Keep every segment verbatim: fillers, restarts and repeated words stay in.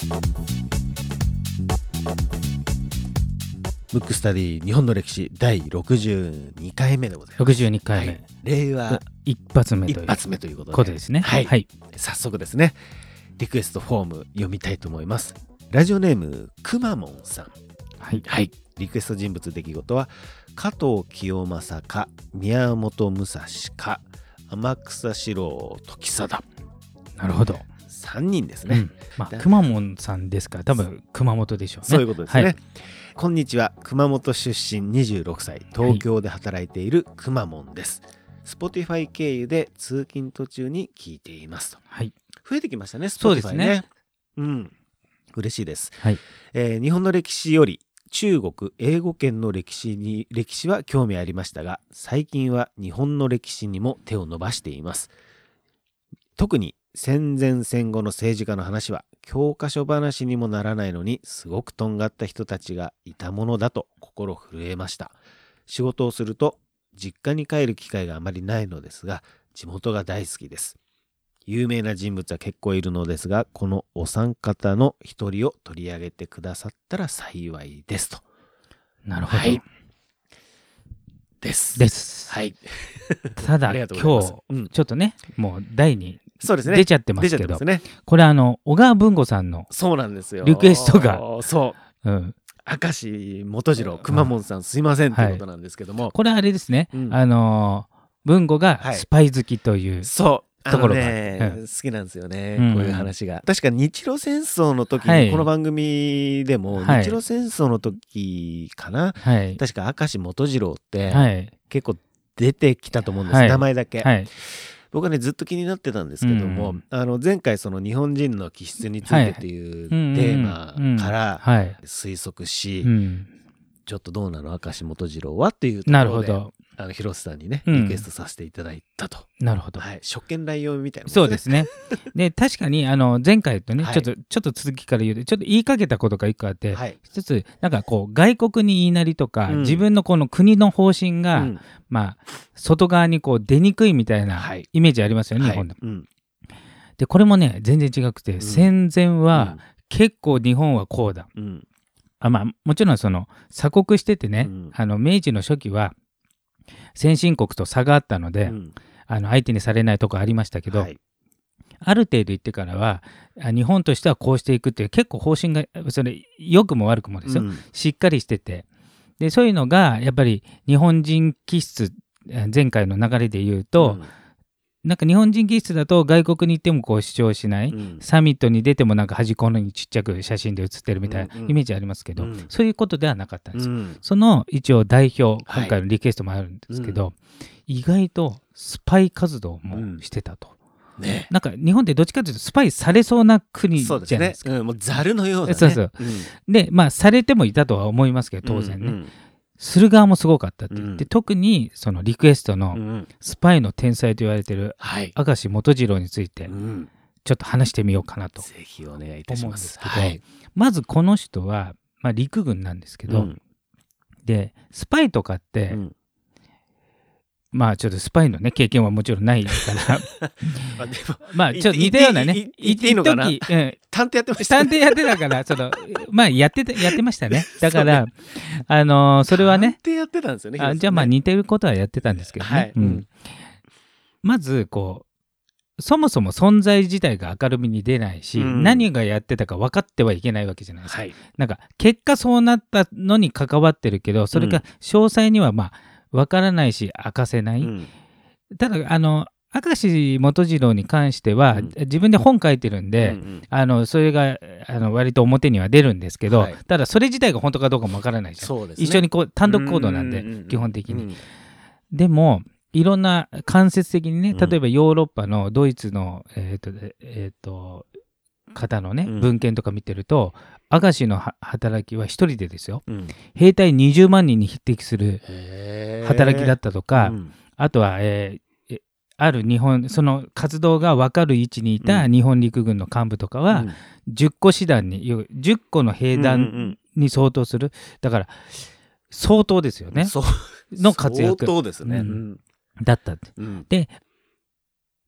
ブックスタディ日本の歴史だいろくじゅうにかいめでございます。 ろくじゅうにかいめ、はい、 令和一発目という一発目ということでことですね。 はい、 はい、 早速ですね、リクエストフォーム読みたいと思います。ラジオネームくまモンさん、 はい、 はい、リクエスト人物出来事は加藤清正か宮本武蔵か天草四郎時貞。 なるほど、 さんにんですね。うん、 まあ、くまモンさんですから多分熊本でしょうね。 そういうことですね。 はい、 こんにちは。熊本出身にじゅうろくさい、東京で働いているくまモンです。はい、Spotify 経由で通勤途中に聞いていますと。 はい、 増えてきましたね、Spotify ね。 そうですね。 うん、嬉しいです。 はい、 えー、日本の歴史より中国英語圏の歴史に歴史は興味ありましたが、最近は日本の歴史にも手を伸ばしています。特に戦前戦後の政治家の話は教科書話にもならないのにすごくとんがった人たちがいたものだと心震えました。仕事をすると実家に帰る機会があまりないのですが、地元が大好きです。有名な人物は結構いるのですが、このお三方の一人を取り上げてくださったら幸いですと。 なるほど、はい、 ですです、 はい、 ただ今日、うん、ちょっとねもう台にそうですね、 出ちゃってますけど、 ね、 これあの小川文吾さんのそうなんですよリクエストがそう、うん、明石元次郎くまモンさんすいませんということなんですけども、はい、 これあれですね、うん、あの文吾がスパイ好きという、はい、 そうところが、 ねうん、好きなんですよね、うん、こういう話が。確か日露戦争の時に、はい、この番組でも、はい、日露戦争の時かな、はい、確か明石元次郎って、はい、結構出てきたと思うんです、はい、名前だけ、はい、僕はねずっと気になってたんですけども、うん、あの前回その日本人の気質についてっていうテーマから推測し、はい、うん、ちょっとどうなの明石元次郎はっていうところで、あの広瀬さんにねリクエストさせていただいたと、 うん、なるほど、 はい、職権乱用みたいな、ね、 そうですね。で確かにあの前回とね、はい、ちょっとちょっと続きから言うとちょっと言いかけたことが一個あって、はい、一つなんかこう外国に言いなりとか、うん、自分のこの国の方針が、うん、まあ外側にこう出にくいみたいなイメージありますよね、はい、日本で、はい、うん、でこれもね全然違くて、うん、戦前は結構日本はこうだ、うん、あまあもちろんその鎖国しててね、うん、あの明治の初期は先進国と差があったので、うん、あの相手にされないとこありましたけど、はい、ある程度言ってからは日本としてはこうしていくっていう結構方針がそれ良くも悪くもですよ、うん、しっかりしてて、でそういうのがやっぱり日本人気質、前回の流れで言うと、うん、なんか日本人気質だと外国に行ってもこう主張しない、うん、サミットに出てもなんか端っこのにちっちゃく写真で写ってるみたいなイメージありますけど、うんうん、そういうことではなかったんですよ、うん、その一応代表今回のリクエストもあるんですけど、はい、意外とスパイ活動もしてたと、うんね、なんか日本ってどっちかというとスパイされそうな国じゃないですか。そうですね、うん、もうザルのようなね。そうそう、うん、でまあされてもいたとは思いますけど当然ね、うんうん、する側もすごかったって言って、うん、特にそのリクエストのスパイの天才と言われている明石元次郎についてちょっと話してみようかなと思うんですけど、ぜひお願いいたします。はい、まずこの人は、まあ、陸軍なんですけど、うん、でスパイとかって、うん、まあちょっとスパイのね経験はもちろんないからまあでもまあちょっと似たようなね言っていいのかな、うん、探偵やってました、 探偵やってたからそのまあやってたやってましたね。だからね、あのー、それはね探偵やってたんですよね。 あじゃあまあ似てることはやってたんですけどね、はいうん、まずこうそもそも存在自体が明るみに出ないし、うん、何がやってたか分かってはいけないわけじゃないですか、はい、なんか結果そうなったのに関わってるけどそれが詳細にはまあ分からないし明かせない、うん、ただあの明石元次郎に関しては、うん、自分で本書いてるんで、うんうん、あのそれがあの割と表には出るんですけど、はい、ただそれ自体が本当かどうかも分からないじゃん。そうですね、一緒にこう単独行動なんで、うんうんうん、基本的に、うん、でもいろんな間接的にね、例えばヨーロッパのドイツの、えーとえーと方のね、うん、文献とか見てると明石の働きは一人でですよ、うん、兵隊にじゅうまんにんに匹敵する働きだったとか、うん、あとは、えー、ある日本その活動が分かる位置にいた日本陸軍の幹部とかは、うん、じゅっこ師団にじゅっこの兵団に相当する、だから相当ですよね、の活躍相当ですね、うん、 だったって、うん、で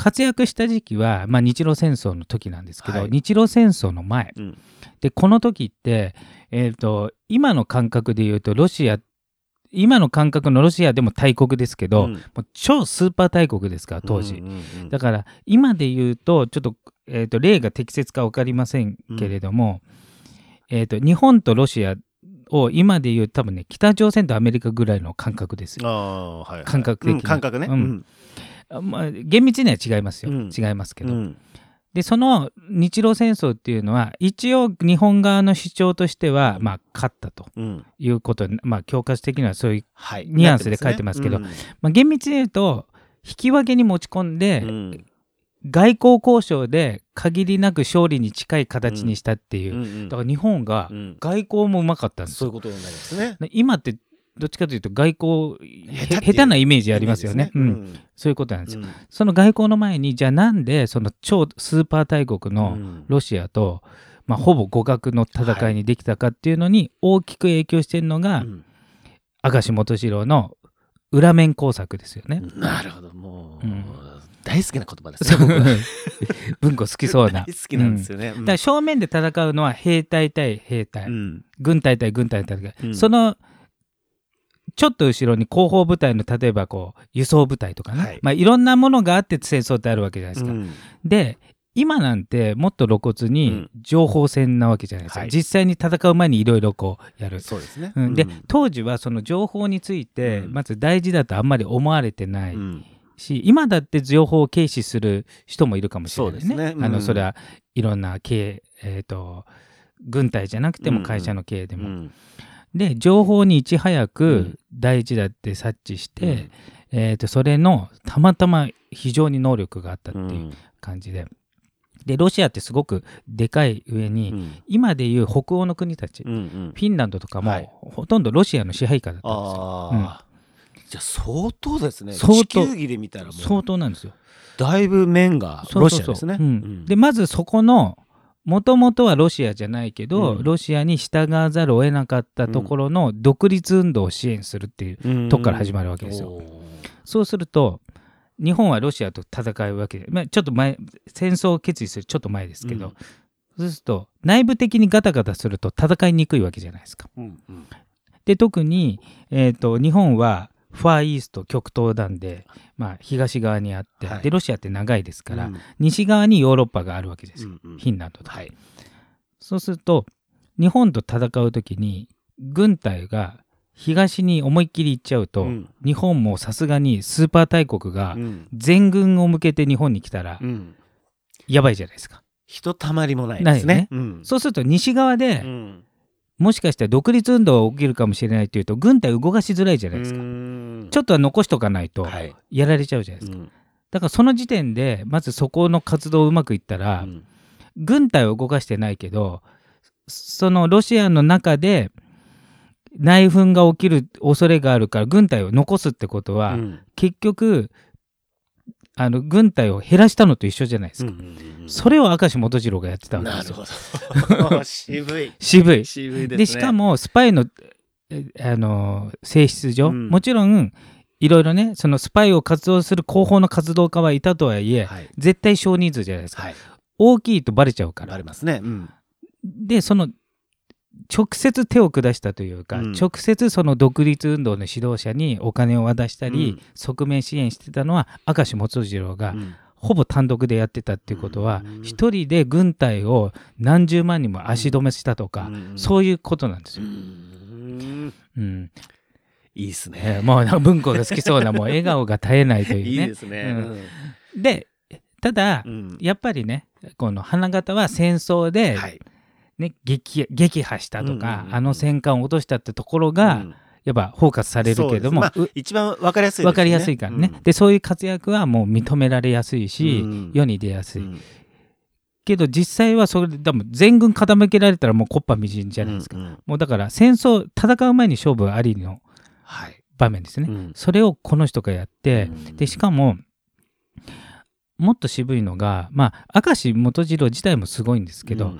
活躍した時期は、まあ、日露戦争の時なんですけど、 はい、 日露戦争の前、 うん、 でこの時って、えーと、今の感覚で言うとロシア今の感覚のロシアでも大国ですけど、うん、もう超スーパー大国ですから当時、うんうんうん、だから今で言うとちょっと、えーと例が適切か分かりませんけれども、うんえーと日本とロシアを今で言う多分ね北朝鮮とアメリカぐらいの感覚ですよ、 あ、はいはい、 感覚的に、 うん、感覚ね、うんまあ、厳密には違いますよ、うん、違いますけど、うん、でその日露戦争っていうのは一応日本側の主張としては、うんまあ、勝ったということ、うんまあ、教科書的にはそういうニュアンスで書いてますけど、はいねうんまあ、厳密に言うと引き分けに持ち込んで、うん外交交渉で限りなく勝利に近い形にしたっていう、うんうんうん、だから日本が外交もうまかったんですよ、 うん、そういうことになりますね。 今ってどっちかというと外交下手なイメージありますよね、うんうん、そういうことなんですよ、うん、その外交の前にじゃあなんでその超スーパー大国のロシアと、まあ、ほぼ互角の戦いにできたかっていうのに大きく影響しているのが、はい、明石元次郎の裏面工作ですよね。 なるほど、もう、うん大好きな言葉ですね。 文庫好きそうな。 大好きなんですよね。うん、 だから正面で戦うのは兵隊対兵隊、うん、軍隊対軍隊対戦い、うん、そのちょっと後ろに後方部隊の例えばこう輸送部隊とかね、はいまあ、いろんなものがあって戦争ってあるわけじゃないですか。うん、で今なんてもっと露骨に情報戦なわけじゃないですか、うん、実際に戦う前にいろいろこうやる。 そうですね、 うん、で当時はその情報についてまず大事だとあんまり思われてない、うんし今だって情報を軽視する人もいるかもしれないね。そうですね、うん、あのそれはいろんな経営、えーと、軍隊じゃなくても会社の経営でも、うん、で情報にいち早く大事だって察知して、うんえーと、それのたまたま非常に能力があったっていう感じで、でロシアってすごくでかい上に、うん、今でいう北欧の国たち、うんうん、フィンランドとかも、はい、ほとんどロシアの支配下だったんですよ。 あじゃあ相当ですね。地球儀で見たらもう相当なんですよ。 だいぶ面がロシアですね。 そうそうそう、うんうん、でまずそこのもともとはロシアじゃないけど、うん、ロシアに従わざるを得なかったところの独立運動を支援するっていうとこから始まるわけですよ。うん、そうすると日本はロシアと戦うわけで、まあ、ちょっと前戦争を決意するちょっと前ですけど、うん、そうすると内部的にガタガタすると戦いにくいわけじゃないですか。うんうん、で特に、えーと、日本はファーイースト極東なんで、まあ、東側にあって、はい、でロシアって長いですから、うん、西側にヨーロッパがあるわけですよ、うんうん、フィンランドとか、はい、そうすると日本と戦う時に軍隊が東に思いっきり行っちゃうと、うん、日本もさすがにスーパー大国が全軍を向けて日本に来たら、うん、やばいじゃないですか。 ひとたまりもないですね。 ないね、うん、そうすると西側で、うんもしかしたら独立運動が起きるかもしれないというと軍隊動かしづらいじゃないですか。ちょっとは残しとかないとやられちゃうじゃないですか、はいうん、だからその時点でまずそこの活動うまくいったら、うん、軍隊を動かしてないけどそのロシアの中で内紛が起きる恐れがあるから軍隊を残すってことは、うん、結局あの軍隊を減らしたのと一緒じゃないですか、うんうんうん、それを明石元次郎がやってたわけですよ。 なるほど渋い渋い渋いですね。 でしかもスパイの、あの性質上、うん、もちろんいろいろねそのスパイを活動する広報の活動家はいたとはいえ、はい、絶対少人数じゃないですか、はい、大きいとバレちゃうからバレますね、うん、 でその直接手を下したというか、うん、直接その独立運動の指導者にお金を渡したり、うん、側面支援してたのは明石元次郎が、うん、ほぼ単独でやってたっていうことは一、うん、人で軍隊を何十万人も足止めしたとか、うん、そういうことなんですよ。うんうん、 いいですね、 えー、もうなんか文庫が好きそうなもう笑顔が絶えないというねいいですね、 うん、でただ、うん、やっぱりねこの花形は戦争で、はいね、撃, 撃破したとか、うんうんうん、あの戦艦を落としたってところが、うん、やっぱフォーカスされるけれども、まあ、 一番分かりやすいですね。 分かりやすいからね、うん、でそういう活躍はもう認められやすいし、うん、世に出やすい、うん、けど実際はそれでも全軍傾けられたらもう木っ端みじんじゃないですか、うんうん、もうだから戦争戦う前に勝負ありの場面ですね、はいうん、それをこの人がやって、うん、でしかももっと渋いのが、まあ、明石元次郎自体もすごいんですけど、うん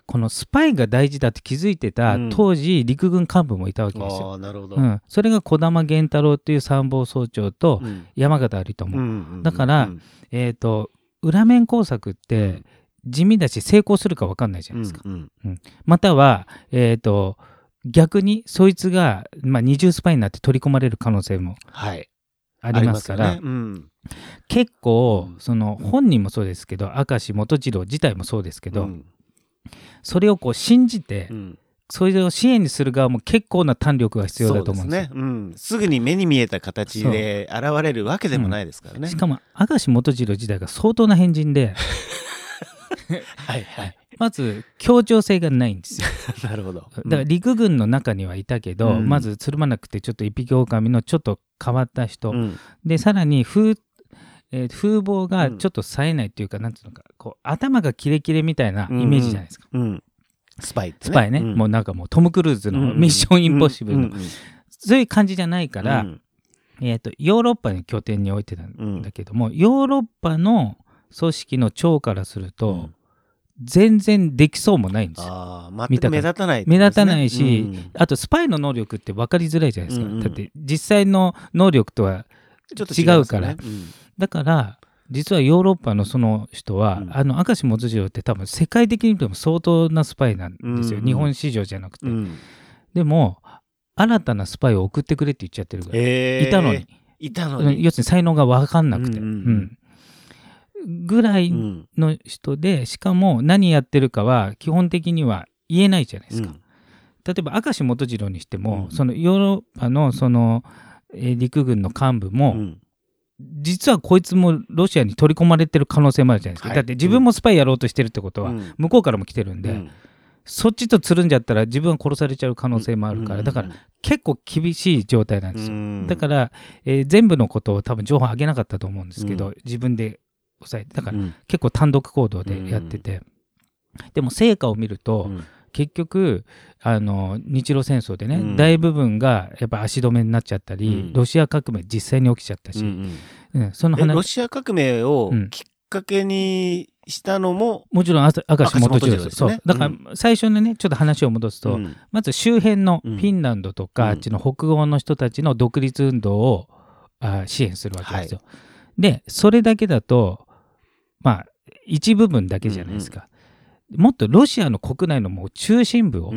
このスパイが大事だって気づいてた、うん、当時陸軍幹部もいたわけですよ。 あ、なるほど、 うん、それが児玉源太郎っていう参謀総長と山形有朋、うん、だから、うん、えーと、裏面工作って地味だし成功するか分かんないじゃないですか、うんうんうん、または、えーと、逆にそいつが、まあ、二重スパイになって取り込まれる可能性もありますから、はい、ありますよね、うん、結構その本人もそうですけど、明石元次郎自体もそうですけど、うん、それをこう信じて、うん、それを支援にする側も結構な胆力が必要だと思うんですよ。 そうですね、うん、すぐに目に見えた形で現れるわけでもないですからね、うん、 しかも明石元次郎自体が相当な変人ではい、はい、 まず協調性がないんですよなるほど、 だから陸軍の中にはいたけど、うん、まずつるまなくてちょっと一匹狼のちょっと変わった人、うん、でさらに風えー、風貌がちょっと冴えないっていうか、うん、なんていうのか、こう頭がキレキレみたいなイメージじゃないですか、 うんうん、スパイってね、 スパイね、うん、もうなんかもうトム・クルーズのミッションインポッシブルの、うんうんうん、そういう感じじゃないから、うんえーと、ヨーロッパに拠点に置いてたんだけども、うん、ヨーロッパの組織の長からすると、うん、全然できそうもないんですよ。 あ、全く目立たない、ね、 目立たないし、うん、あとスパイの能力って分かりづらいじゃないですか、うんうん、だって実際の能力とは違うから、ね、うん、だから実はヨーロッパのその人は、うん、あの明石元次郎って多分世界的に見ても相当なスパイなんですよ、うんうん、日本市場じゃなくて、うん、でも新たなスパイを送ってくれって言っちゃってるぐらい、えー、いたのにいたのに要するに才能が分かんなくて、うんうんうん、ぐらいの人で、しかも何やってるかは基本的には言えないじゃないですか、うん、例えば明石元次郎にしても、うん、そのヨーロッパのその、えー、陸軍の幹部も、うん、実はこいつもロシアに取り込まれてる可能性もあるじゃないですか、はい、だって自分もスパイやろうとしてるってことは、うん、向こうからも来てるんで、うん、そっちとつるんじゃったら自分は殺されちゃう可能性もあるから、だから結構厳しい状態なんですよ、うん、だから、えー、全部のことを多分情報上げなかったと思うんですけど、うん、自分で抑えて、だから結構単独行動でやってて、うん、でも成果を見ると、うん、結局あの日露戦争でね、うん、大部分がやっぱ足止めになっちゃったり、うん、ロシア革命実際に起きちゃったし、うんうんうん、その話、 ロシア革命をきっかけにしたのも、 うん、もちろん明石元次郎です。そうだから最初のねちょっと話を戻すと、うん、まず周辺のフィンランドとか、うん、あっちの北欧の人たちの独立運動をあ支援するわけですよ、はい、でそれだけだとまあ一部分だけじゃないですか、うんうん、もっとロシアの国内のもう中心部を、うん、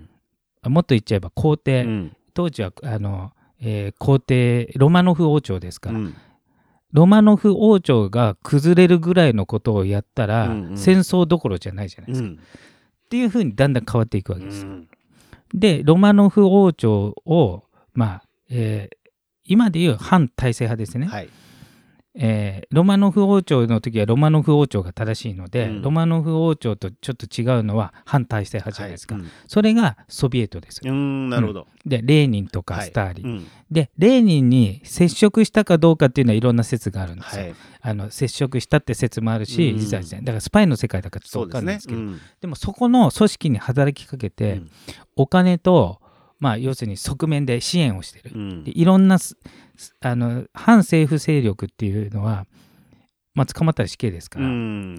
もっと言っちゃえば皇帝、うん、当時はあの、えー、皇帝ロマノフ王朝ですから、うん、ロマノフ王朝が崩れるぐらいのことをやったら、うんうん、戦争どころじゃないじゃないですか、うん、っていうふうにだんだん変わっていくわけです、うん、でロマノフ王朝をまあ、えー、今でいう反体制派ですね、はい、えー、ロマノフ王朝の時はロマノフ王朝が正しいので、うん、ロマノフ王朝とちょっと違うのは反体制派じゃないですか、はい、うん、それがソビエトです。 うーん、なるほど、 うん、でレーニンとかスターリン、はい、うん、でレーニンに接触したかどうかっていうのはいろんな説があるんですよ、はい、あの接触したって説もあるし、うん、実はですね、だからスパイの世界だからちょっと分かんないんですけど、 で,、ね、うん、でもそこの組織に働きかけて、うん、お金とまあ要するに側面で支援をしてる、うん、でいろんなあの反政府勢力っていうのはまあ、捕まったら死刑ですから、うん、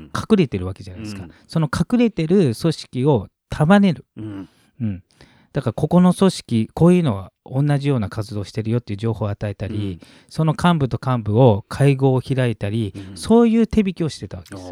隠れてるわけじゃないですか、うん、その隠れてる組織を束ねる、うんうん、だからここの組織こういうのは同じような活動をしてるよっていう情報を与えたり、うん、その幹部と幹部を会合を開いたり、うん、そういう手引きをしてたわけです、うん、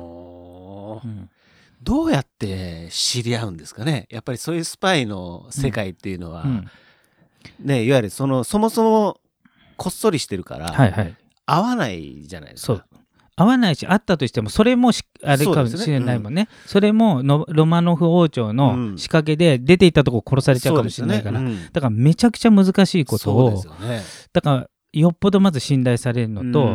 どうやって知り合うんですかね。やっぱりそういうスパイの世界っていうのは、うんうんね、いわゆるそのそもそもこっそりしてるから、はいはい、合わないじゃないですか。 そう合わないし、あったとしてもそれもあれかもしれないもんね。 そ, ね、うん、それものロマノフ王朝の仕掛けで出ていったとこ殺されちゃうかもしれないから、ね、うん、だからめちゃくちゃ難しいことを、ね、だからよっぽどまず信頼されるのと、うん、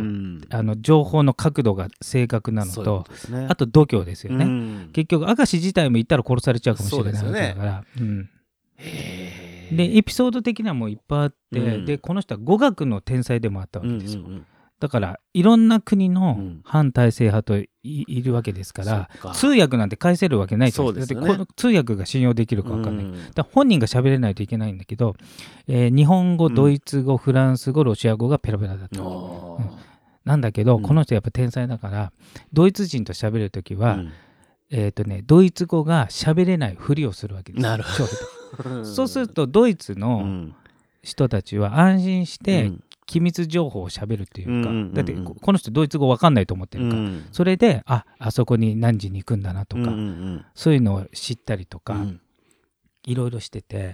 あの情報の角度が正確なのと、うう、ね、あと度胸ですよね、うん、結局明石自体も言ったら殺されちゃうかもしれないわけだから、うん、へでエピソード的にはもういっぱいあって、うん、でこの人は語学の天才でもあったわけですよ、うんうんうん、だからいろんな国の反体制派と い,、うん、いるわけですから、か通訳なんて返せるわけないじゃないですか。そうですよね。だってこの通訳が信用できるか分かんない、うん、だから本人が喋れないといけないんだけど、えー、日本語、ドイツ語、フランス語、ロシア語がペラペラだった、うん、なんだけど、うん、この人やっぱ天才だからドイツ人と喋るときは、うんえーとね、ドイツ語が喋れないふりをするわけです。 なるほどそうするとドイツの人たちは安心して機密情報を喋るっていうか、うん、だってこの人ドイツ語わかんないと思ってるから、うん、それでああそこに何時に行くんだなとか、うんうんうん、そういうのを知ったりとか、うん、いろいろしてて、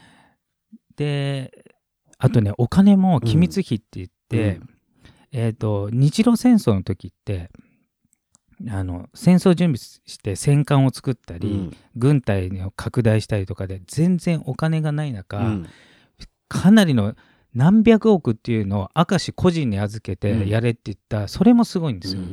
であとねお金も機密費って言って、うんえーと、日露戦争の時ってあの戦争準備して戦艦を作ったり、うん、軍隊を拡大したりとかで全然お金がない中、うん、かなりの何百億っていうのを明石個人に預けてやれって言った、うん、それもすごいんですよ。うん、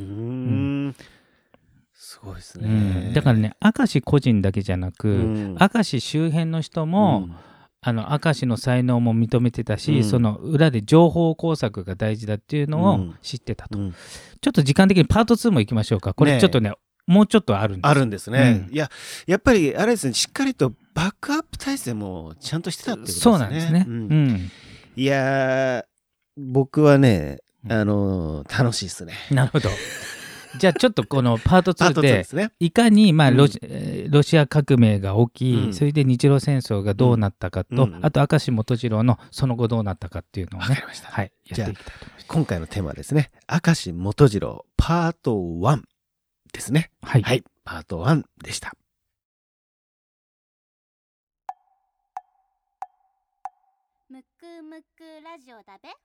すごいですね、 うん、だからね明石個人だけじゃなく、うん、明石周辺の人も、うんあの明石の才能も認めてたし、うん、その裏で情報工作が大事だっていうのを知ってたと、うん、ちょっと時間的にパートツーもいきましょうか。これちょっと ね, ねもうちょっとあるんですあるんですね、うん、いややっぱりあれですねしっかりとバックアップ体制もちゃんとしてたってことですね。 そうなんですね、うんうん、 いや僕はねあのー、楽しいですね。 なるほどじゃあちょっとこのパートツーでいかにまあ ロ, ロシア革命が起き、うん、それで日露戦争がどうなったかと、うん、あと明石元次郎のその後どうなったかっていうのをね、 わかりました、 はい、やっていきたいと思います。 今回のテーマはですね明石元次郎パートワンですね。 はい、 はい、パートワンでした。 むくむくラジオだべ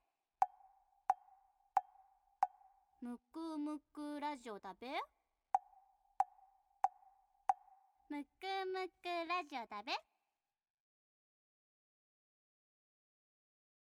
むくむくラジオだべむくむくラジオだべ